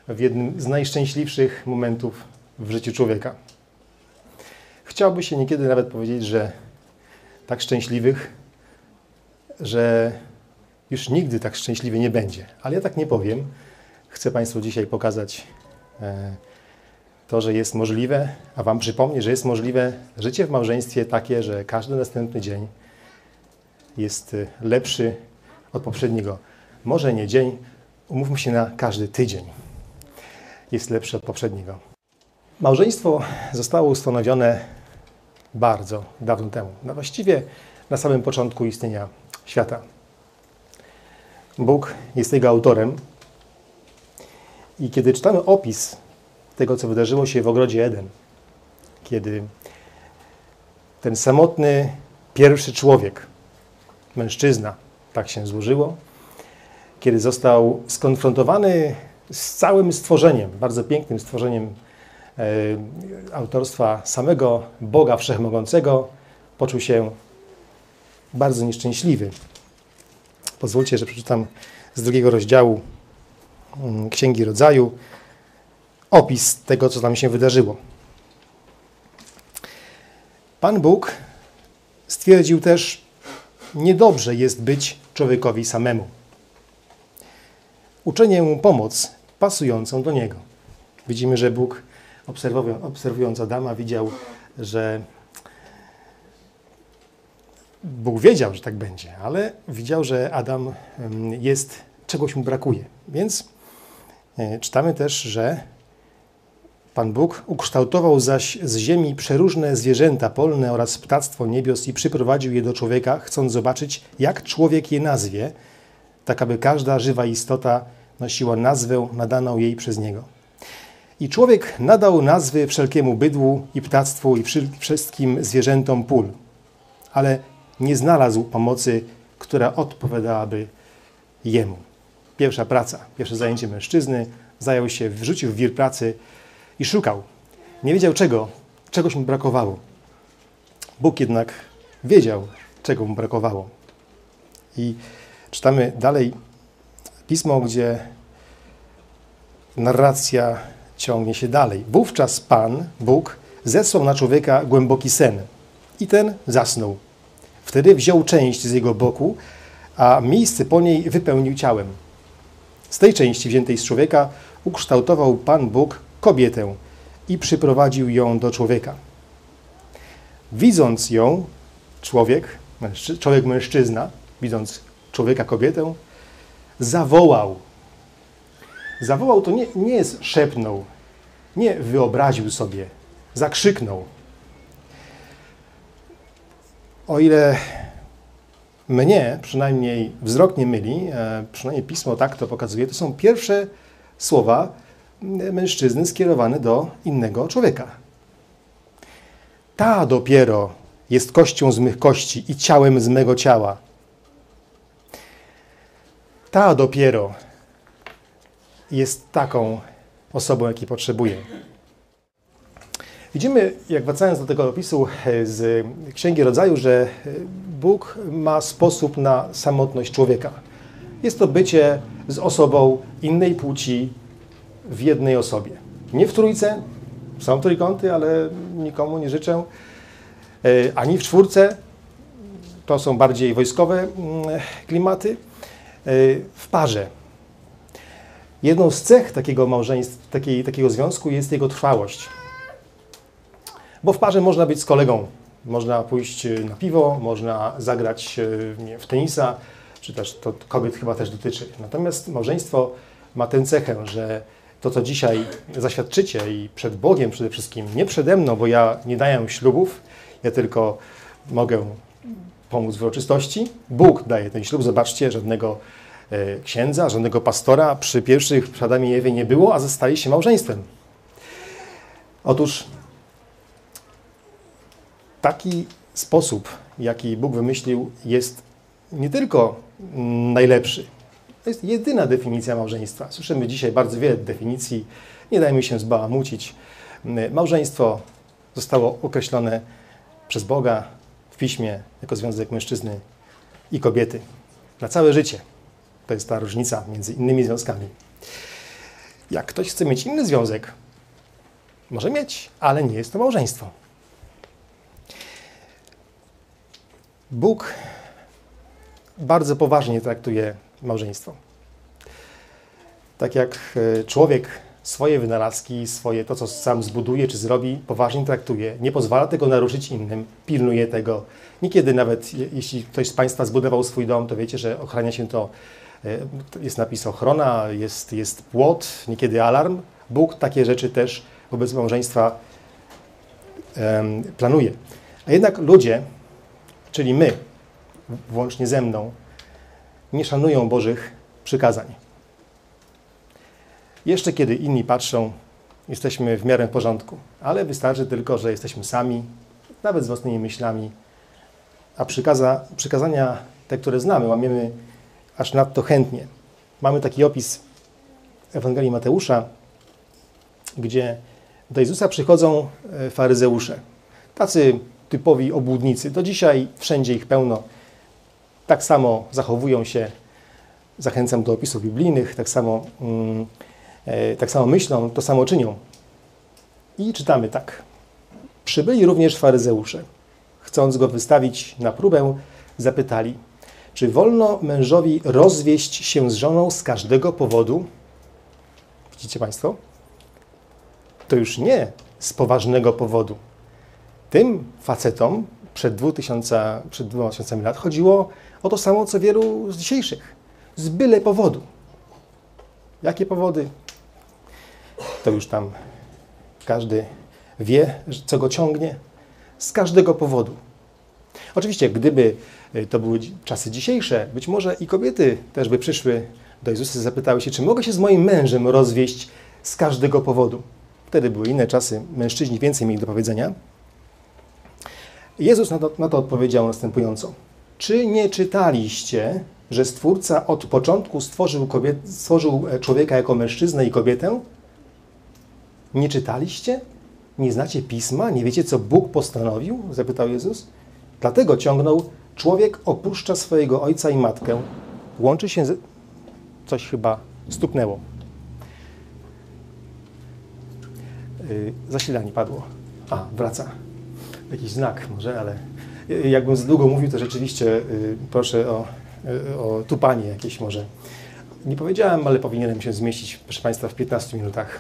w jednym z najszczęśliwszych momentów w życiu człowieka. Chciałby się niekiedy nawet powiedzieć, że tak szczęśliwych, że już nigdy tak szczęśliwy nie będzie. Ale ja tak nie powiem. Chcę Państwu dzisiaj pokazać to, że jest możliwe, a Wam przypomnieć, że jest możliwe życie w małżeństwie takie, że każdy następny dzień jest lepszy od poprzedniego. Może nie dzień, umówmy się na każdy tydzień jest lepszy od poprzedniego. Małżeństwo zostało ustanowione bardzo dawno temu. No właściwie na samym początku istnienia świata. Bóg jest jego autorem i kiedy czytamy opis tego, co wydarzyło się w ogrodzie Eden, kiedy ten samotny pierwszy człowiek, mężczyzna, tak się złożyło, kiedy został skonfrontowany z całym stworzeniem, bardzo pięknym stworzeniem autorstwa samego Boga Wszechmogącego, poczuł się bardzo nieszczęśliwy. Pozwólcie, że przeczytam z 2 rozdziału Księgi Rodzaju opis tego, co tam się wydarzyło. Pan Bóg stwierdził też, niedobrze jest być człowiekowi samemu. Uczynię mu pomoc pasującą do niego. Widzimy, że Bóg, obserwując Adama, widział, że Bóg wiedział, że tak będzie, ale widział, że Adam czegoś mu brakuje. Więc czytamy też, że Pan Bóg ukształtował zaś z ziemi przeróżne zwierzęta polne oraz ptactwo niebios i przyprowadził je do człowieka, chcąc zobaczyć, jak człowiek je nazwie, tak aby każda żywa istota nosiła nazwę nadaną jej przez niego. I człowiek nadał nazwy wszelkiemu bydłu i ptactwu i wszystkim zwierzętom pól, ale nie znalazł pomocy, która odpowiadałaby jemu. Pierwsza praca, pierwsze zajęcie mężczyzny, zajął się, wrzucił w wir pracy i szukał. Nie wiedział czegoś mu brakowało. Bóg jednak wiedział, czego mu brakowało. I czytamy dalej pismo, gdzie narracja ciągnie się dalej. Wówczas Pan, Bóg, zesłał na człowieka głęboki sen i ten zasnął. Wtedy wziął część z jego boku, a miejsce po niej wypełnił ciałem. Z tej części wziętej z człowieka ukształtował Pan Bóg kobietę i przyprowadził ją do człowieka. Widząc ją, człowiek mężczyzna, widząc człowieka kobietę, zawołał. Zawołał to nie jest szepnął, nie wyobraził sobie, zakrzyknął. O ile mnie przynajmniej wzrok nie myli, przynajmniej pismo tak to pokazuje, to są pierwsze słowa mężczyzny skierowane do innego człowieka. Ta dopiero jest kością z mych kości i ciałem z mego ciała. Ta dopiero jest taką osobą, jakiej potrzebuję. Widzimy, jak wracając do tego opisu z Księgi Rodzaju, że Bóg ma sposób na samotność człowieka. Jest to bycie z osobą innej płci w jednej osobie. Nie w trójce, są trójkąty, ale nikomu nie życzę, ani w czwórce, to są bardziej wojskowe klimaty, w parze. Jedną z cech takiego małżeństwa, takiego związku jest jego trwałość. Bo w parze można być z kolegą, można pójść na piwo, można zagrać w tenisa, czy też to kobiet chyba też dotyczy. Natomiast małżeństwo ma tę cechę, że to, co dzisiaj zaświadczycie i przed Bogiem przede wszystkim, nie przede mną, bo ja nie daję ślubów, ja tylko mogę pomóc w uroczystości. Bóg daje ten ślub, zobaczcie, żadnego księdza, żadnego pastora przy pierwszych Adamie i Ewie nie było, a zostali się małżeństwem. Otóż taki sposób, jaki Bóg wymyślił, jest nie tylko najlepszy. To jest jedyna definicja małżeństwa. Słyszymy dzisiaj bardzo wiele definicji. Nie dajmy się zbałamucić. Małżeństwo zostało określone przez Boga w Piśmie jako związek mężczyzny i kobiety. Na całe życie. To jest ta różnica między innymi związkami. Jak ktoś chce mieć inny związek, może mieć, ale nie jest to małżeństwo. Bóg bardzo poważnie traktuje małżeństwo. Tak jak człowiek swoje wynalazki, to co sam zbuduje czy zrobi, poważnie traktuje. Nie pozwala tego naruszyć innym, pilnuje tego. Niekiedy nawet, jeśli ktoś z Państwa zbudował swój dom, to wiecie, że ochrania się to, jest napis ochrona, jest płot, niekiedy alarm. Bóg takie rzeczy też wobec małżeństwa planuje. A jednak ludzie, czyli my, włącznie ze mną, nie szanują Bożych przykazań. Jeszcze kiedy inni patrzą, jesteśmy w miarę w porządku, ale wystarczy tylko, że jesteśmy sami, nawet z własnymi myślami, a przykazania, te, które znamy, łamiemy aż nadto chętnie. Mamy taki opis Ewangelii Mateusza, gdzie do Jezusa przychodzą faryzeusze, tacy typowi obłudnicy. Do dzisiaj wszędzie ich pełno. Tak samo zachowują się, zachęcam do opisów biblijnych, tak samo myślą, to samo czynią. I czytamy tak. Przybyli również faryzeusze. Chcąc go wystawić na próbę, zapytali, czy wolno mężowi rozwieść się z żoną z każdego powodu? Widzicie Państwo? To już nie z poważnego powodu. Tym facetom przed 2000 lat chodziło o to samo, co wielu z dzisiejszych. Z byle powodu. Jakie powody? To już tam każdy wie, co go ciągnie. Z każdego powodu. Oczywiście, gdyby to były czasy dzisiejsze, być może i kobiety też by przyszły do Jezusa i zapytały się, czy mogę się z moim mężem rozwieść z każdego powodu. Wtedy były inne czasy, mężczyźni więcej mieli do powiedzenia. Jezus na to odpowiedział następująco. Czy nie czytaliście, że Stwórca od początku stworzył człowieka jako mężczyznę i kobietę? Nie czytaliście? Nie znacie Pisma? Nie wiecie, co Bóg postanowił? Zapytał Jezus. Dlatego ciągnął, człowiek opuszcza swojego ojca i matkę, łączy się z... Coś chyba stuknęło. Zasilanie padło. Wraca. Jakiś znak może, ale jakbym za długo mówił, to rzeczywiście proszę o tupanie jakieś może. Nie powiedziałem, ale powinienem się zmieścić, proszę Państwa, w 15 minutach.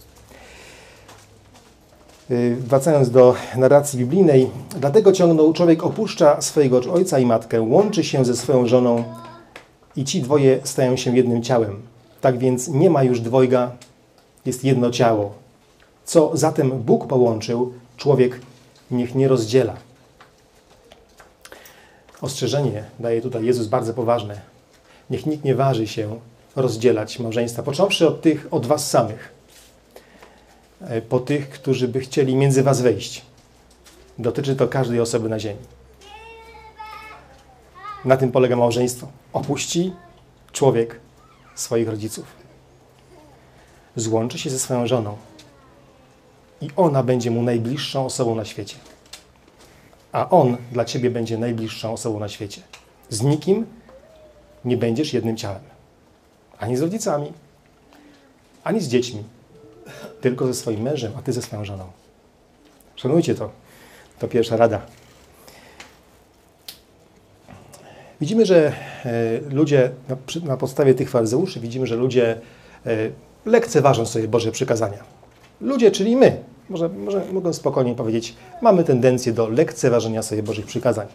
Wracając do narracji biblijnej, dlatego ciągnął, człowiek opuszcza swojego ojca i matkę, łączy się ze swoją żoną i ci dwoje stają się jednym ciałem. Tak więc nie ma już dwojga, jest jedno ciało. Co zatem Bóg połączył, człowiek niech nie rozdziela. Ostrzeżenie daje tutaj Jezus bardzo poważne. Niech nikt nie waży się rozdzielać małżeństwa, począwszy od was samych, po tych, którzy by chcieli między was wejść. Dotyczy to każdej osoby na ziemi. Na tym polega małżeństwo. Opuści człowiek swoich rodziców. Złączy się ze swoją żoną. I ona będzie mu najbliższą osobą na świecie. A on dla ciebie będzie najbliższą osobą na świecie. Z nikim nie będziesz jednym ciałem. Ani z rodzicami, ani z dziećmi. Tylko ze swoim mężem, a ty ze swoją żoną. Szanujcie to. To pierwsza rada. Widzimy, że ludzie, na podstawie tych faryzeuszy, widzimy, że ludzie lekceważą sobie Boże przykazania. Ludzie, czyli my, może mogę spokojnie powiedzieć, mamy tendencję do lekceważenia sobie Bożych przykazań.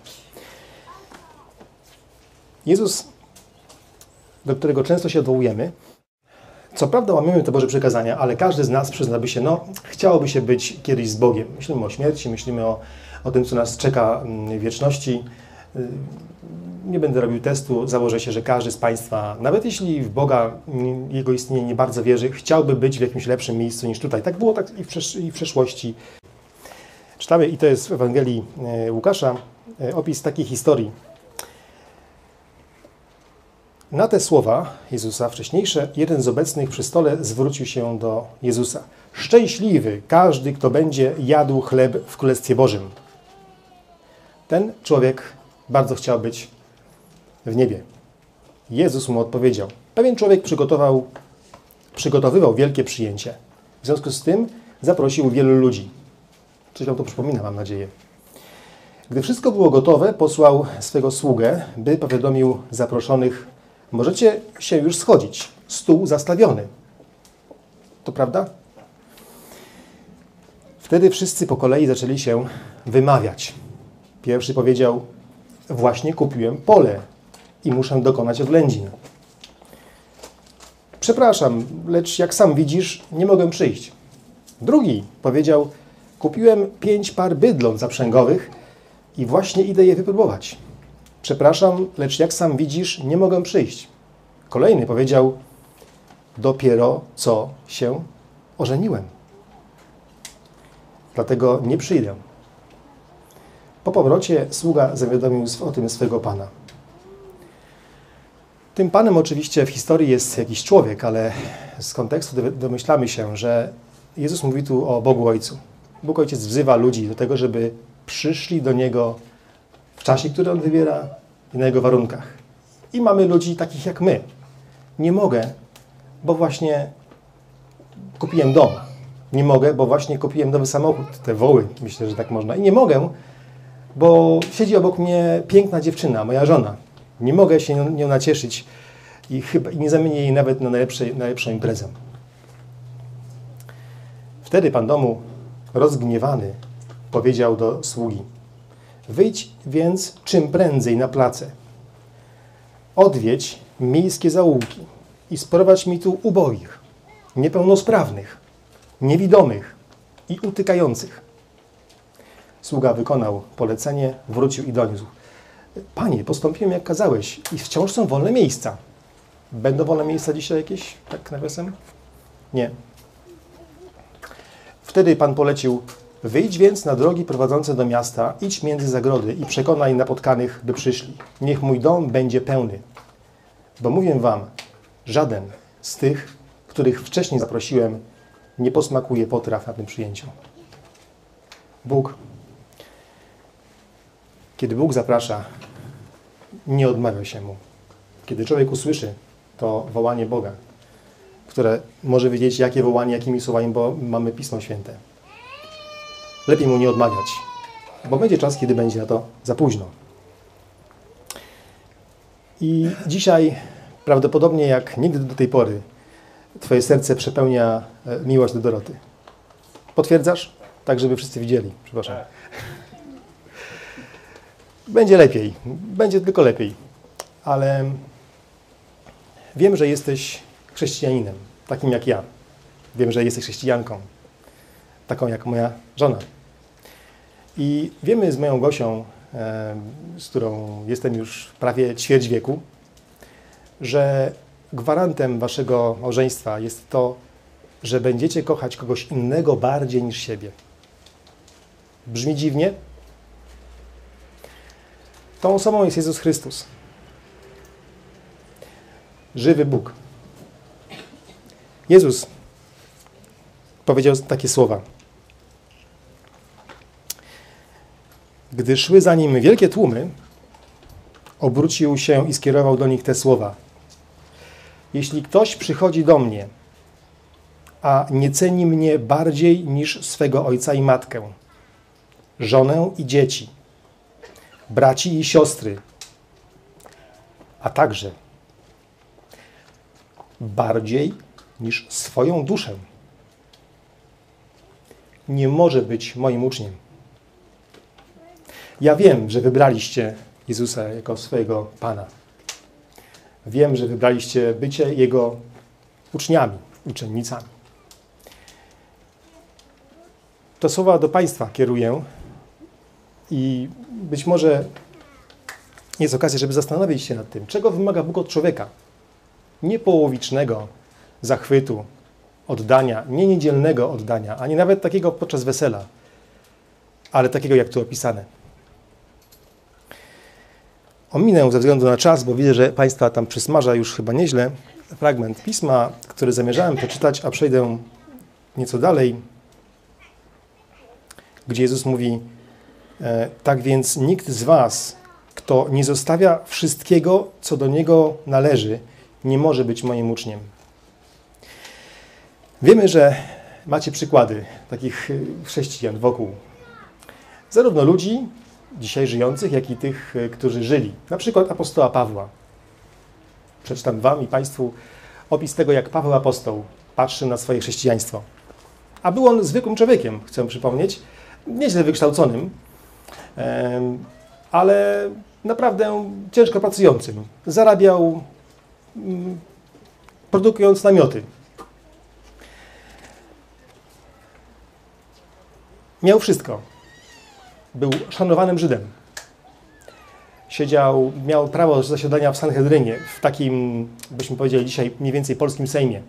Jezus, do którego często się odwołujemy, co prawda łamiemy te Boże przykazania, ale każdy z nas przyznałby się, chciałoby się być kiedyś z Bogiem. Myślimy o śmierci, myślimy o tym, co nas czeka w wieczności. Nie będę robił testu, założę się, że każdy z Państwa, nawet jeśli w Boga, Jego istnienie nie bardzo wierzy, chciałby być w jakimś lepszym miejscu niż tutaj. Tak było tak i w przeszłości. Czytamy, i to jest w Ewangelii Łukasza, opis takiej historii. Na te słowa Jezusa wcześniejsze, jeden z obecnych przy stole zwrócił się do Jezusa. Szczęśliwy każdy, kto będzie jadł chleb w Królestwie Bożym. Ten człowiek bardzo chciał być w niebie. Jezus mu odpowiedział. Pewien człowiek przygotowywał wielkie przyjęcie. W związku z tym zaprosił wielu ludzi. Coś wam to przypomina, mam nadzieję. Gdy wszystko było gotowe, posłał swego sługę, by powiadomił zaproszonych: możecie się już schodzić, stół zastawiony. To prawda? Wtedy wszyscy po kolei zaczęli się wymawiać. Pierwszy powiedział: właśnie kupiłem pole i muszę dokonać oględzin. Przepraszam, lecz jak sam widzisz, nie mogę przyjść. Drugi powiedział: kupiłem 5 par bydląt zaprzęgowych i właśnie idę je wypróbować. Przepraszam, lecz jak sam widzisz, nie mogę przyjść. Kolejny powiedział: dopiero co się ożeniłem. Dlatego nie przyjdę. Po powrocie sługa zawiadomił o tym swego pana. Tym panem oczywiście w historii jest jakiś człowiek, ale z kontekstu domyślamy się, że Jezus mówi tu o Bogu Ojcu. Bóg Ojciec wzywa ludzi do tego, żeby przyszli do Niego w czasie, który On wybiera i na Jego warunkach. I mamy ludzi takich jak my. Nie mogę, bo właśnie kupiłem dom. Nie mogę, bo właśnie kupiłem nowy samochód. Te woły, myślę, że tak można. I nie mogę, bo siedzi obok mnie piękna dziewczyna, moja żona. Nie mogę się nią nacieszyć i nie zamienię jej nawet na najlepszą imprezę. Wtedy pan domu, rozgniewany, powiedział do sługi: wyjdź więc czym prędzej na place. Odwiedź miejskie zaułki i sprowadź mi tu ubogich, niepełnosprawnych, niewidomych i utykających. Sługa wykonał polecenie, wrócił i doniósł: Panie, postąpiłem jak kazałeś i wciąż są wolne miejsca. Będą wolne miejsca dzisiaj jakieś, tak nawiasem? Nie. Wtedy Pan polecił: wyjdź więc na drogi prowadzące do miasta, idź między zagrody i przekonaj napotkanych, by przyszli. Niech mój dom będzie pełny. Bo mówię wam, żaden z tych, których wcześniej zaprosiłem, nie posmakuje potraw na tym przyjęciu. Kiedy Bóg zaprasza, nie odmawia się Mu. Kiedy człowiek usłyszy to wołanie Boga, które może wiedzieć, jakie wołanie, jakimi słowami, bo mamy Pismo Święte, lepiej Mu nie odmawiać, bo będzie czas, kiedy będzie na to za późno. I dzisiaj, prawdopodobnie jak nigdy do tej pory, Twoje serce przepełnia miłość do Doroty. Potwierdzasz? Tak, żeby wszyscy widzieli. Przepraszam. Będzie lepiej. Będzie tylko lepiej. Ale wiem, że jesteś chrześcijaninem, takim jak ja. Wiem, że jesteś chrześcijanką, taką jak moja żona. I wiemy z moją Gosią, z którą jestem już prawie ćwierć wieku, że gwarantem waszego małżeństwa jest to, że będziecie kochać kogoś innego bardziej niż siebie. Brzmi dziwnie? Tą osobą jest Jezus Chrystus. Żywy Bóg. Jezus powiedział takie słowa. Gdy szły za Nim wielkie tłumy, obrócił się i skierował do nich te słowa. Jeśli ktoś przychodzi do mnie, a nie ceni mnie bardziej niż swego ojca i matkę, żonę i dzieci, braci i siostry, a także bardziej niż swoją duszę, nie może być moim uczniem. Ja wiem, że wybraliście Jezusa jako swojego Pana. Wiem, że wybraliście bycie Jego uczniami, uczennicami. To słowa do Państwa kieruję i być może jest okazja, żeby zastanowić się nad tym, czego wymaga Bóg od człowieka. Nie połowicznego zachwytu, oddania, nie niedzielnego oddania, ani nawet takiego podczas wesela, ale takiego, jak tu opisane. Ominę ze względu na czas, bo widzę, że Państwa tam przysmaża już chyba nieźle, fragment Pisma, który zamierzałem przeczytać, a przejdę nieco dalej, gdzie Jezus mówi: tak więc nikt z was, kto nie zostawia wszystkiego, co do Niego należy, nie może być moim uczniem. Wiemy, że macie przykłady takich chrześcijan wokół. Zarówno ludzi dzisiaj żyjących, jak i tych, którzy żyli. Na przykład apostoła Pawła. Przeczytam wam i państwu opis tego, jak Paweł apostoł patrzy na swoje chrześcijaństwo. A był on zwykłym człowiekiem, chcę przypomnieć, nieźle wykształconym, ale naprawdę ciężko pracującym. Zarabiał produkując namioty. Miał wszystko. Był szanowanym Żydem. Miał prawo zasiadania w Sanhedrynie, w takim, byśmy powiedzieli dzisiaj, mniej więcej polskim Sejmie.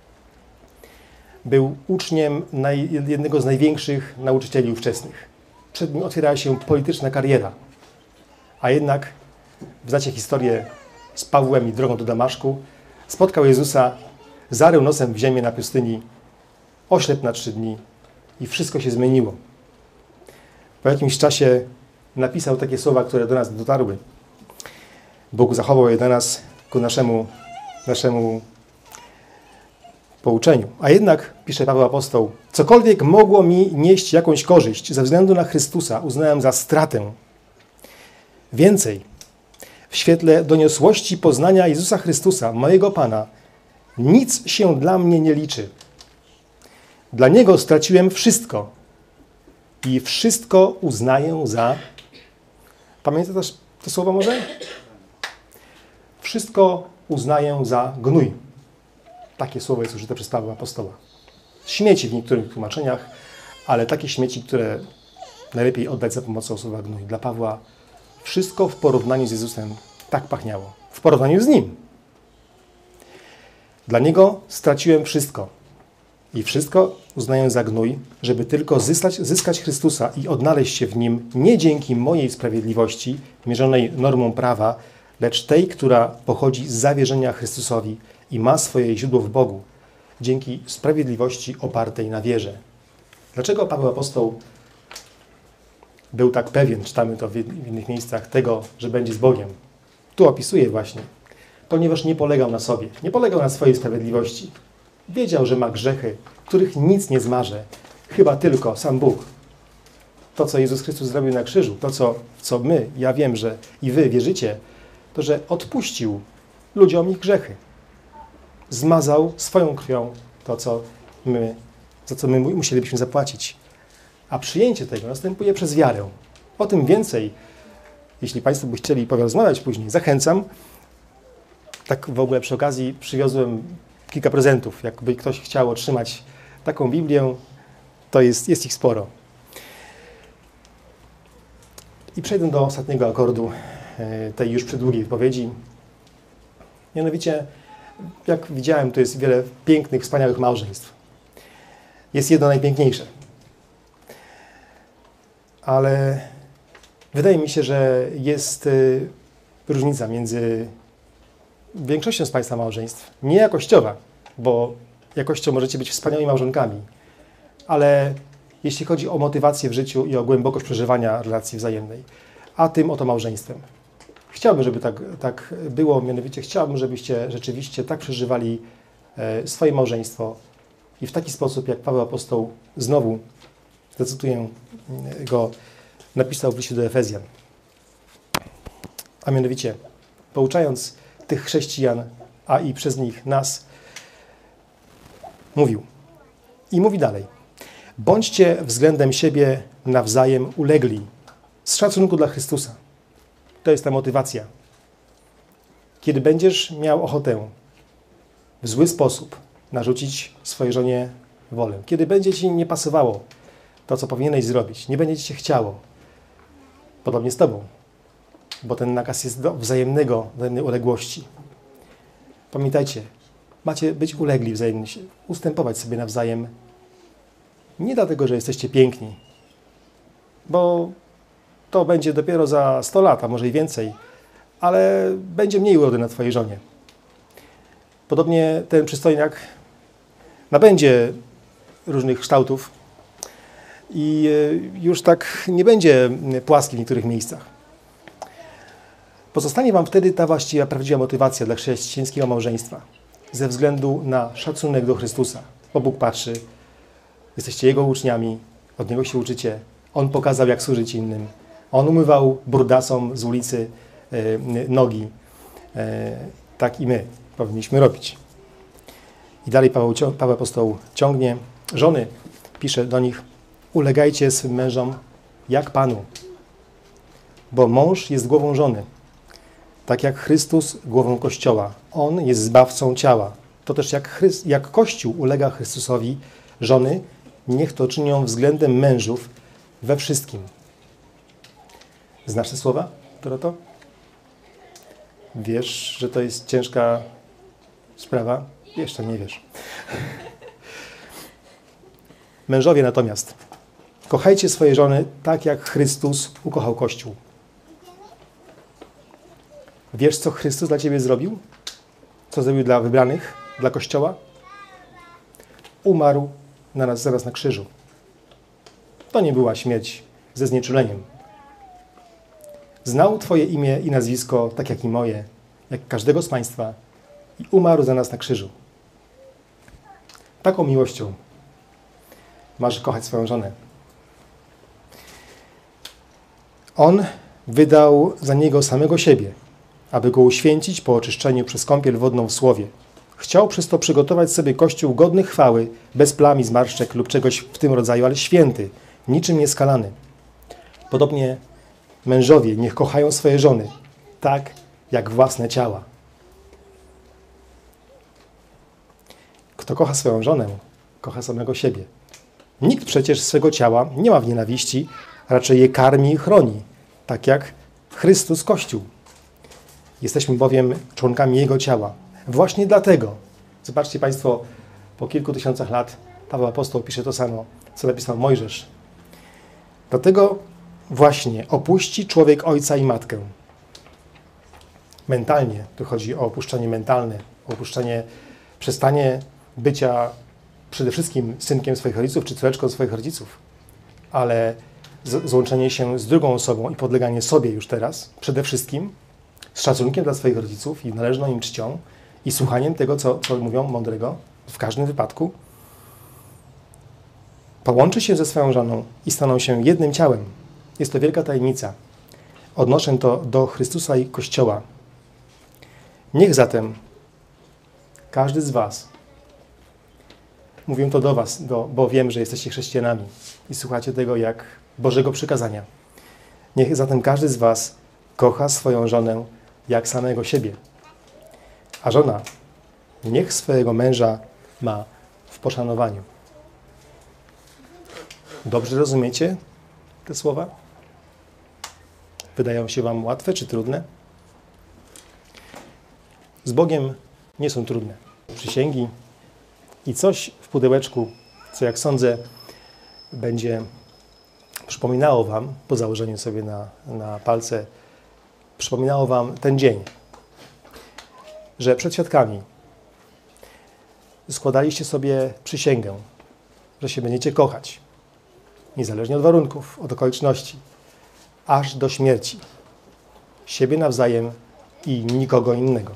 Był uczniem jednego z największych nauczycieli ówczesnych. Przed nim otwierała się polityczna kariera. A jednak, znacie historię z Pawłem i drogą do Damaszku, spotkał Jezusa, zarył nosem w ziemię na pustyni, oślepł na 3 dni i wszystko się zmieniło. Po jakimś czasie napisał takie słowa, które do nas dotarły. Bóg zachował je dla nas ku naszemu pouczeniu. A jednak, pisze Paweł apostoł, cokolwiek mogło mi nieść jakąś korzyść ze względu na Chrystusa, uznałem za stratę. Więcej, w świetle doniosłości poznania Jezusa Chrystusa, mojego Pana, nic się dla mnie nie liczy. Dla Niego straciłem wszystko i wszystko uznaję za... Pamiętasz to słowo może? Wszystko uznaję za gnój. Takie słowo jest użyte przez Pawła apostoła. Śmieci w niektórych tłumaczeniach, ale takie śmieci, które najlepiej oddać za pomocą słowa gnój. Dla Pawła wszystko w porównaniu z Jezusem tak pachniało. W porównaniu z Nim. Dla Niego straciłem wszystko. I wszystko uznaję za gnój, żeby tylko zyskać Chrystusa i odnaleźć się w Nim nie dzięki mojej sprawiedliwości, mierzonej normą prawa, lecz tej, która pochodzi z zawierzenia Chrystusowi i ma swoje źródło w Bogu, dzięki sprawiedliwości opartej na wierze. Dlaczego Paweł apostoł był tak pewien, czytamy to w innych miejscach, tego, że będzie z Bogiem? Tu opisuje właśnie, ponieważ nie polegał na sobie, nie polegał na swojej sprawiedliwości. Wiedział, że ma grzechy, których nic nie zmaże, chyba tylko sam Bóg. To, co Jezus Chrystus zrobił na krzyżu, to, co my, ja wiem, że i wy wierzycie, to, że odpuścił ludziom ich grzechy. Zmazał swoją krwią to, za co my musielibyśmy zapłacić. A przyjęcie tego następuje przez wiarę. O tym więcej, jeśli Państwo by chcieli porozmawiać później, zachęcam. Tak w ogóle przy okazji przywiozłem kilka prezentów. Jakby ktoś chciał otrzymać taką Biblię, to jest ich sporo. I przejdę do ostatniego akordu tej już przydługiej wypowiedzi. Mianowicie, jak widziałem, to jest wiele pięknych, wspaniałych małżeństw. Jest jedno najpiękniejsze. Ale wydaje mi się, że jest różnica między większością z Państwa małżeństw. Nie jakościowa, bo jakością możecie być wspaniałymi małżonkami, ale jeśli chodzi o motywację w życiu i o głębokość przeżywania relacji wzajemnej, a tym oto małżeństwem. Chciałbym, żeby tak było, mianowicie chciałbym, żebyście rzeczywiście tak przeżywali swoje małżeństwo i w taki sposób, jak Paweł apostoł znowu, zacytuję go, napisał w liście do Efezjan. A mianowicie, pouczając tych chrześcijan, a i przez nich nas, mówił. I mówi dalej. Bądźcie względem siebie nawzajem ulegli, z szacunku dla Chrystusa. To jest ta motywacja. Kiedy będziesz miał ochotę w zły sposób narzucić swojej żonie wolę, kiedy będzie ci nie pasowało to, co powinieneś zrobić, nie będzie ci się chciało, podobnie z tobą, bo ten nakaz jest do wzajemnej uległości. Pamiętajcie, macie być ulegli wzajemnie, ustępować sobie nawzajem, nie dlatego, że jesteście piękni, bo to będzie dopiero za 100 lat, a może i więcej, ale będzie mniej urody na twojej żonie. Podobnie ten przystojniak nabędzie różnych kształtów i już tak nie będzie płaski w niektórych miejscach. Pozostanie wam wtedy ta właściwa, prawdziwa motywacja dla chrześcijańskiego małżeństwa ze względu na szacunek do Chrystusa. bo Bóg patrzy. Jesteście Jego uczniami, od Niego się uczycie. On pokazał, jak służyć innym. On umywał brudasom z ulicy nogi. Tak i my powinniśmy robić. I dalej Paweł apostoł ciągnie. Żony, pisze do nich, ulegajcie swym mężom jak Panu, bo mąż jest głową żony, tak jak Chrystus głową Kościoła. On jest zbawcą ciała. To też jak Kościół ulega Chrystusowi, żony niech to czynią względem mężów we wszystkim. Znasz te słowa, Doroto? Wiesz, że to jest ciężka sprawa? Jeszcze nie wiesz. Mężowie natomiast, kochajcie swoje żony tak, jak Chrystus ukochał Kościół. Wiesz, co Chrystus dla ciebie zrobił? Co zrobił dla wybranych, dla Kościoła? Umarł na nas zaraz na krzyżu. To nie była śmierć ze znieczuleniem. Znał Twoje imię i nazwisko, tak jak i moje, jak każdego z Państwa i umarł za nas na krzyżu. Taką miłością masz kochać swoją żonę. On wydał za niego samego siebie, aby go uświęcić po oczyszczeniu przez kąpiel wodną w Słowie. Chciał przez to przygotować sobie Kościół godny chwały, bez plam i zmarszczek lub czegoś w tym rodzaju, ale święty, niczym nieskalany. Podobnie mężowie niech kochają swoje żony, tak jak własne ciała. Kto kocha swoją żonę, kocha samego siebie. Nikt przecież swego ciała nie ma w nienawiści, raczej je karmi i chroni, tak jak Chrystus Kościół. Jesteśmy bowiem członkami Jego ciała. Właśnie dlatego, zobaczcie Państwo, po kilku tysiącach lat Paweł apostoł pisze to samo, co napisał Mojżesz. Dlatego właśnie opuści człowiek ojca i matkę. Mentalnie, tu chodzi o opuszczenie mentalne, o opuszczenie, przestanie bycia przede wszystkim synkiem swoich rodziców, czy córeczką swoich rodziców, ale złączenie się z drugą osobą i podleganie sobie już teraz, przede wszystkim z szacunkiem dla swoich rodziców i należną im czcią i słuchaniem tego, co mówią mądrego w każdym wypadku, połączy się ze swoją żoną i staną się jednym ciałem. Jest to wielka tajemnica. Odnoszę to do Chrystusa i Kościoła. Niech zatem każdy z was, mówię to do was, bo wiem, że jesteście chrześcijanami i słuchacie tego jak Bożego przykazania. Niech zatem każdy z was kocha swoją żonę jak samego siebie. A żona niech swojego męża ma w poszanowaniu. Dobrze rozumiecie te słowa? Wydają się wam łatwe czy trudne? Z Bogiem nie są trudne. Przysięgi i coś w pudełeczku, co jak sądzę będzie przypominało wam, po założeniu sobie na palce, przypominało wam ten dzień, że przed świadkami składaliście sobie przysięgę, że się będziecie kochać, niezależnie od warunków, od okoliczności, aż do śmierci, siebie nawzajem i nikogo innego.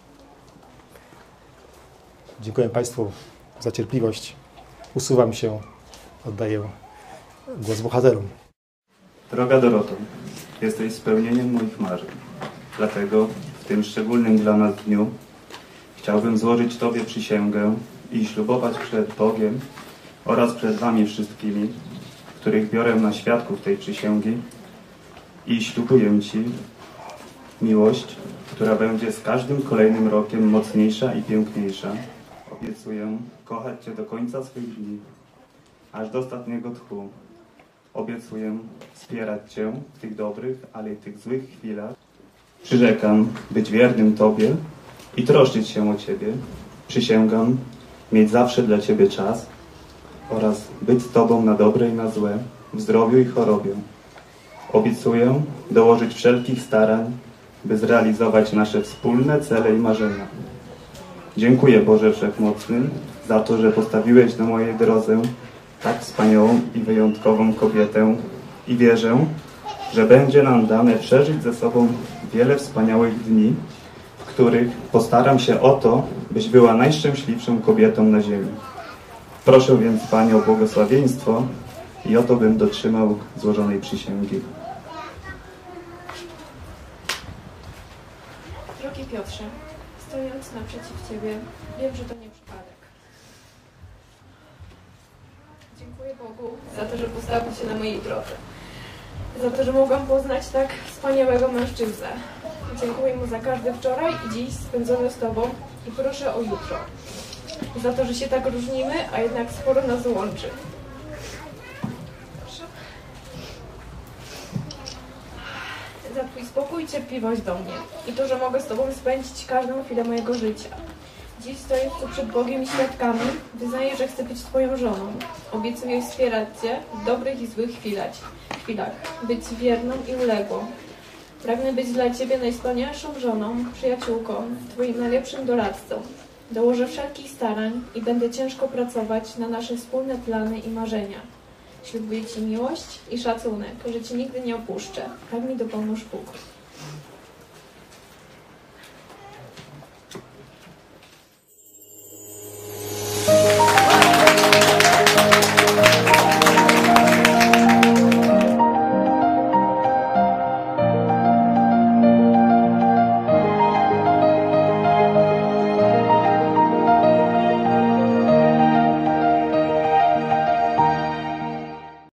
Dziękuję Państwu za cierpliwość. Usuwam się, oddaję głos bohaterom. Droga Doroto, jesteś spełnieniem moich marzeń. Dlatego w tym szczególnym dla nas dniu chciałbym złożyć Tobie przysięgę i ślubować przed Bogiem oraz przed Wami wszystkimi, których biorę na świadków tej przysięgi i ślubuję Ci miłość, która będzie z każdym kolejnym rokiem mocniejsza i piękniejsza. Obiecuję kochać Cię do końca swych dni, aż do ostatniego tchu. Obiecuję wspierać Cię w tych dobrych, ale i tych złych chwilach. Przyrzekam być wiernym Tobie i troszczyć się o Ciebie. Przysięgam mieć zawsze dla Ciebie czas oraz być z Tobą na dobre i na złe, w zdrowiu i chorobie. Obiecuję dołożyć wszelkich starań, by zrealizować nasze wspólne cele i marzenia. Dziękuję Boże Wszechmocny za to, że postawiłeś na mojej drodze tak wspaniałą i wyjątkową kobietę i wierzę, że będzie nam dane przeżyć ze sobą wiele wspaniałych dni, w których postaram się o to, byś była najszczęśliwszą kobietą na ziemi. Proszę więc Panie o błogosławieństwo i o to, bym dotrzymał złożonej przysięgi. Drogi Piotrze, stojąc naprzeciw Ciebie, wiem, że to nie przypadek. Dziękuję Bogu za to, że postawił się na mojej drodze. Za to, że mogłam poznać tak wspaniałego mężczyznę. Dziękuję Mu za każdy wczoraj i dziś spędzony z Tobą i proszę o jutro. Za to, że się tak różnimy, a jednak sporo nas łączy. Proszę. Za Twój spokój i cierpliwość do mnie i to, że mogę z Tobą spędzić każdą chwilę mojego życia. Dziś stojąc tu przed Bogiem i świadkami, wyznaję, że chcę być Twoją żoną. Obiecuję wspierać Cię w dobrych i złych chwilach, być wierną i uległą. Pragnę być dla Ciebie najwspanialszą żoną, przyjaciółką, Twoim najlepszym doradcą. Dołożę wszelkich starań i będę ciężko pracować na nasze wspólne plany i marzenia. Ślubuję Ci miłość i szacunek, że Cię nigdy nie opuszczę. Tak mi dopomóż Bóg.